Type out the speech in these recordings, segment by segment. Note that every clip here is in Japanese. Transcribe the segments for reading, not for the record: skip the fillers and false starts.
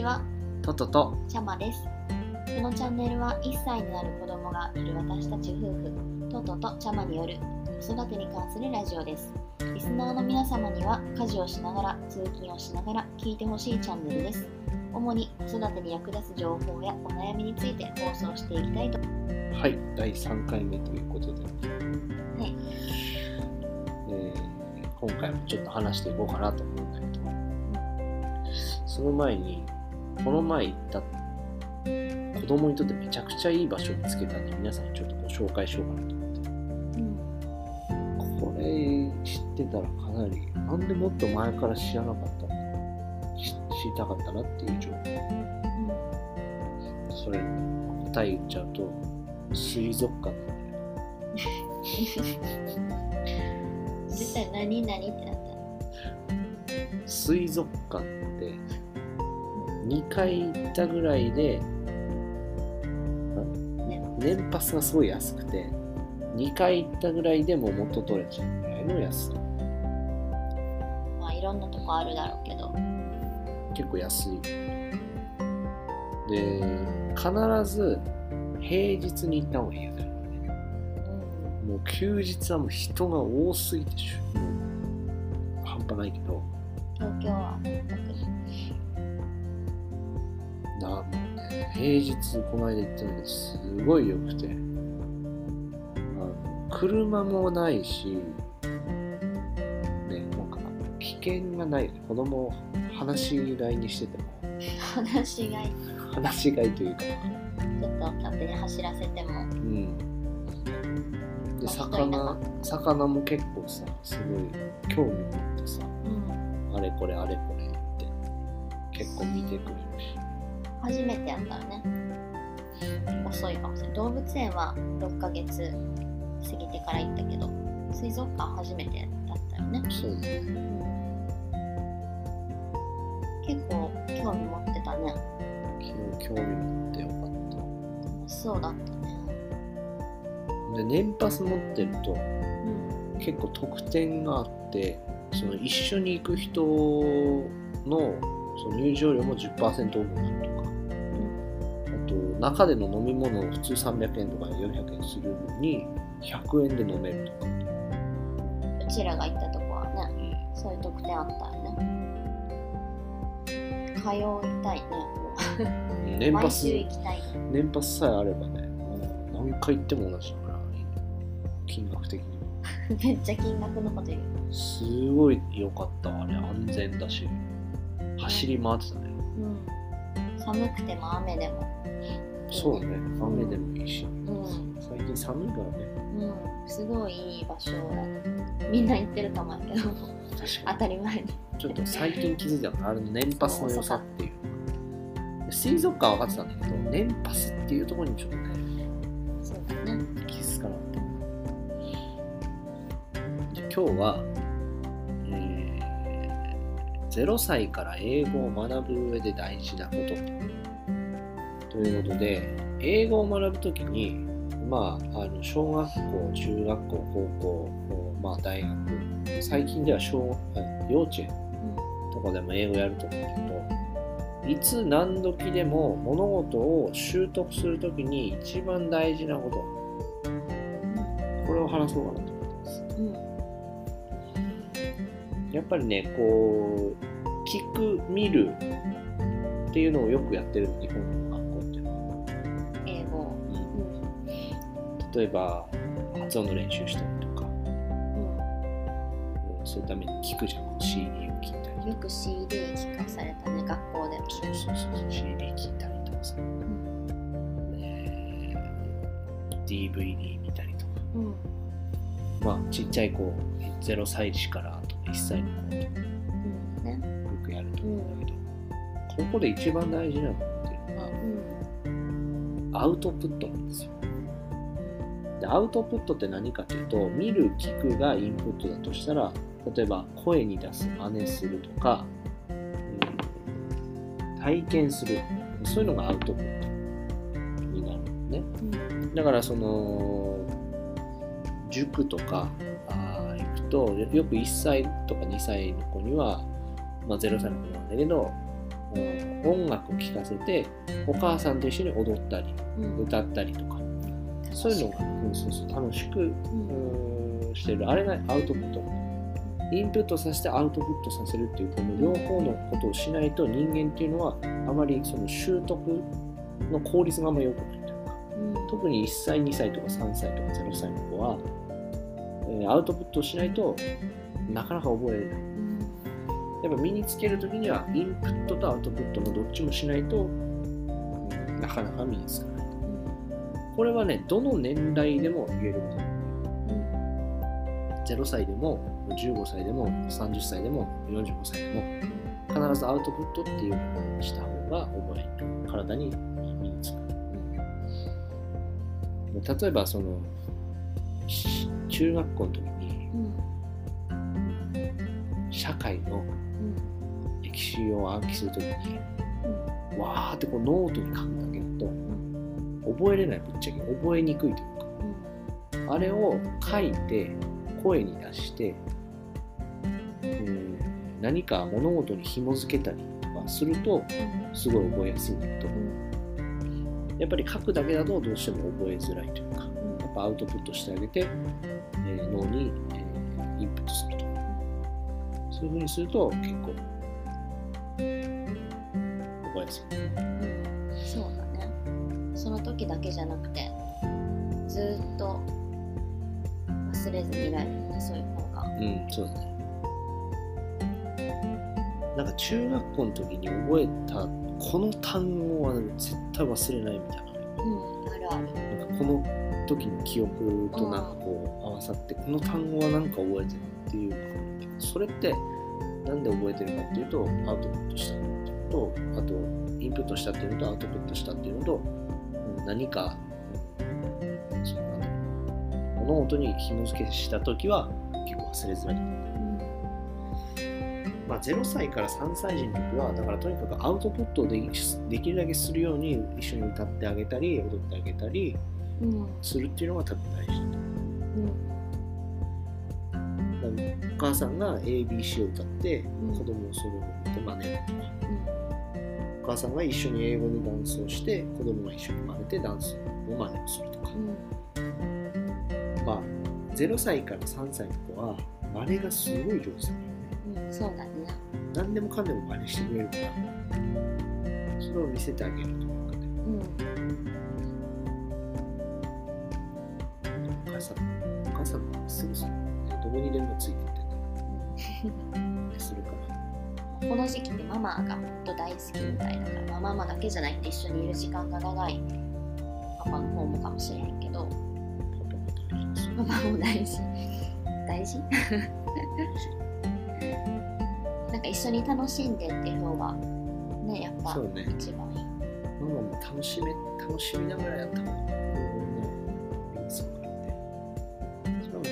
ちは、 トトとちゃまです。このチャンネルは1歳になる子供がいる私たち夫婦、トトとちゃまによる子育てに関するラジオです。リスナーの皆様には家事をしながら、通勤をしながら聞いてほしいチャンネルです。主に子育てに役立つ情報やお悩みについて放送していきたいと。 はい、第3回目ということで、 はい、 今回もちょっと話していこうかなと思うんだけど、その前にこの前行った子供にとってめちゃくちゃいい場所を見つけたんで、皆さんにちょっとご紹介しようかなと思って、これ知ってたらかなり、なんでもっと前から知らなかったのか、知りたかったなっていう情報、それ答え言っちゃうと水族館なんだよ。 絶対何ってなった。 水族館って2回行ったぐらいで年パスがすごい安くて、2回行ったぐらいでもう元取れちゃうぐらいの安さ。 まあいろんなとこあるだろうけど結構安いで、必ず平日に行った方がいいよね。もう休日はもう人が多すぎてもう半端ないけど、 東京は特にもうね、平日この間行ったのですごい良くて、車もないし、ね、なんか危険がない。子供を放し飼いにしてても放し飼いというか、 ちょっと勝手に走らせても、 で魚も結構さ、すごい興味持ってさ、あれこれって結構見てくれるし。 初めてやったらね、遅いかもしれない。動物園は6ヶ月過ぎてから行ったけど、水族館初めてだったよね。 そうね、 結構興味持ってたね。 興味持ってよかった。 楽しそうだったね。 で、年パス持ってると、結構特典があって、その一緒に行く人のその入場料も 10% オフになるとか、あと中での飲み物を普通300円とか400円するのに100円で飲めるとか。 うちらが行ったとこはね、そういう特典あったよね。通いたいね。 年パス毎週行きたい。 年パスさえあればね、何回行っても同じだから、金額的にめっちゃ金額のこと言う。 すごい良かった。あれ安全だし、走り回ってたね。 寒くても雨でも。 そうね、雨でもいいし、最近寒いからね。 すごいいい場所だね。みんな行ってると思うけど、当たり前に。 ちょっと最近気づいたのが、あれの年パスの良さっていう。水族館は分かってたんだけど、年パスっていうところにちょっとね、 そうだね、 気づかなかった。で、今日は、0歳から英語を学ぶ上で大事なことということで、英語を学ぶときに、小学校、中学校、高校、大学、最近では幼稚園とかでも英語やると思うんだけど、いつ何時でも物事を習得するときに一番大事なこと、これを話そうかなと思ってます。やっぱりね、こう聞く、見るっていうのをよくやってる日本の学校っていうのは。 英語、 例えば発音の練習したりとか、そういうために聞くじゃん。CD を聞いたり。 よく CD 聞かされたね、学校でも。 そう CD 聞いたりとかさ、DVD 見たりとか、ちっちゃい子、0歳児からあと1歳の子とか、よくやると思うんだけど、ここで一番大事なのっていうのは、アウトプットなんですよ。で、アウトプットって何かというと、見る、聞くがインプットだとしたら、例えば声に出す、真似するとか、体験する、そういうのがアウトプットになるのね。だからその塾とか行くと、よく1歳とか2歳の子には、0歳の子なんだけど、 音楽を聴かせてお母さんと一緒に踊ったり、歌ったりとか、そういうのが、楽しく、してる。あれがアウトプット。インプットさせてアウトプットさせるっていうこの両方のことをしないと人間っていうのはあまりその習得の効率があんまり良くないというか、特に1歳2歳とか3歳とか0歳の子は、アウトプットをしないとなかなか覚えれない。やっぱ身につけるときにはインプットとアウトプットのどっちもしないと、なかなか身につかない。これはね、どの年代でも言えること。0歳でも15歳でも30歳でも45歳でも必ずアウトプットっていうのをした方が覚える、体に身につく。例えばその中学校の時に、社会の歴史を暗記する時に、わーってこうノートに書くだけだと、覚えれない、ぶっちゃけ覚えにくいというか、あれを書いて声に出して、何か物事に紐付けたりとかするとすごい覚えやすいんだけど、やっぱり書くだけだとどうしても覚えづらいというか、やっぱアウトプットしてあげて、脳に、インプットすると、そういう風にすると結構覚えやすい。 そうだね。その時だけじゃなくてずっと忘れずにいられるね、そういう方が。 そうだね。なんか中学校の時に覚えたこの単語は絶対忘れないみたいな。 あるある。 なんかこの時の記憶となんかこう合わさって、この単語はなんか覚えてるっていうのがあるんだけど、それってなんで覚えてるかっていうと、アウトプットしたっていうのと、あとインプットしたっていうのと、アウトプットしたっていうのと、何か物事に紐付けしたときは結構忘れづらい。0歳から3歳児の時は、だからとにかくアウトプットをできるだけするように一緒に歌ってあげたり踊ってあげたりするっていうのが多分大事だと思う。お母さんが ABC を歌って子供をそれを見て真似るとか、お母さんが一緒に英語でダンスをして子供が一緒に真似てダンスを真似をするとか、0歳から3歳の子は真似がすごい上手だよね。 そうだね。 何でもかんでも真似してくれるから、それを見せてあげるというかね。お母さんすぐどこにでもついてってするから。 この時期ってママが本当大好きみたいだから、ママだけじゃないって一緒にいる時間が長いパパの方もかもしれへんけど、パパも大事なんか一緒に楽しんでっていう方がね、やっぱ一番いい。 ママも楽しみながらやった方がいいですからね。それはもち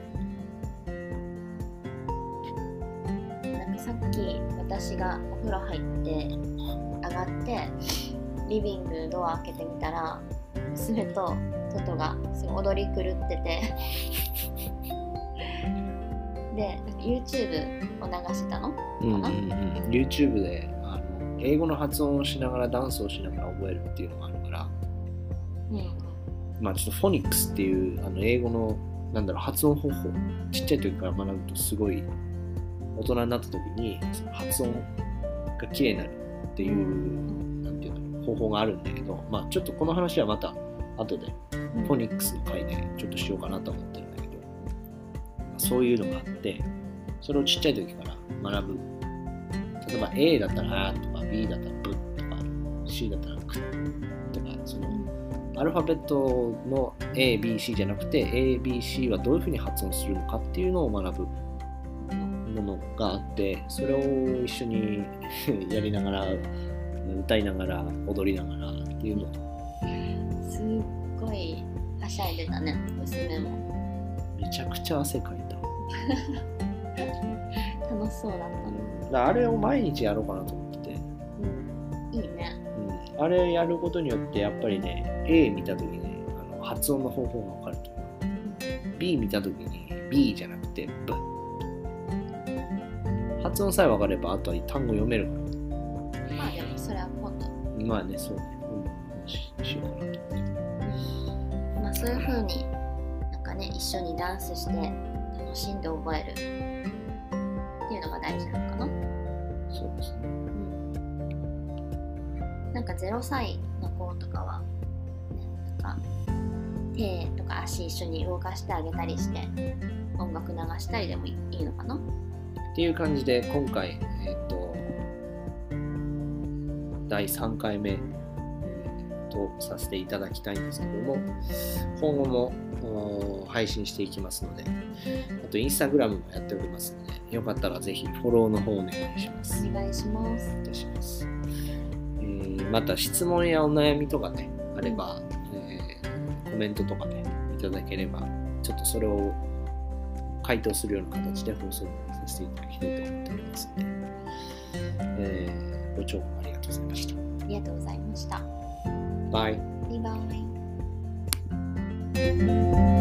ろん。 なんかさっき私がお風呂入って上がってリビングドア開けてみたら、娘とトトがすごい踊り狂っててで、YouTube を流してたのかな、 YouTube で英語の発音をしながらダンスをしながら覚えるっていうのがあるから、ちょっとフォニックスっていう英語の発音方法、ちっちゃい時から学ぶとすごい大人になった時に発音が綺麗になるっていう、なんていうの方法があるんだけど、ちょっとこの話はまた後でフォニックスの回でちょっとしようかなと思ってるんだけど、そういうのがあって、それをちっちゃい時から学ぶ。例えば A だったらあとか B だったらブとか C だったらクとか、そのアルファベットの A、B、C じゃなくて A、B、C はどういうふうに発音するのかっていうのを学ぶものがあって、それを一緒にやりながら歌いながら踊りながらっていうのをすっごいはしゃいでたね、娘も。 めちゃくちゃ汗かいた。 楽しそうだったあれを毎日やろうかなと思ってて、 いいね、 あれやることによってやっぱりね、 A 見た時に発音の方法が分かるとか、B 見た時に B じゃなくて B、 発音さえ分かればあとは単語読めるから。 でそれは今度。 まあね、そうね。しようかなと思って。 まあそういう風になんかね、一緒にダンスして楽しんで覚えるっていうのが大事なのかな。 そうですね。 なんか0歳の子とかは、ね、なんか手とか足一緒に動かしてあげたりして音楽流したりでもいいのかなっていう感じで今回、第3回目とさせていただきたいんですけども、今後も配信していきますので、あとインスタグラムもやっておりますので、よかったらぜひフォローの方お願いします。 お願いします。 いたします。また質問やお悩みとかねあれば、コメントとかねいただければ、ちょっとそれを回答するような形で放送させていただきたいと思っておりますので、ご聴講ありがとうございました。 ありがとうございました。 バイ。 バイバイ。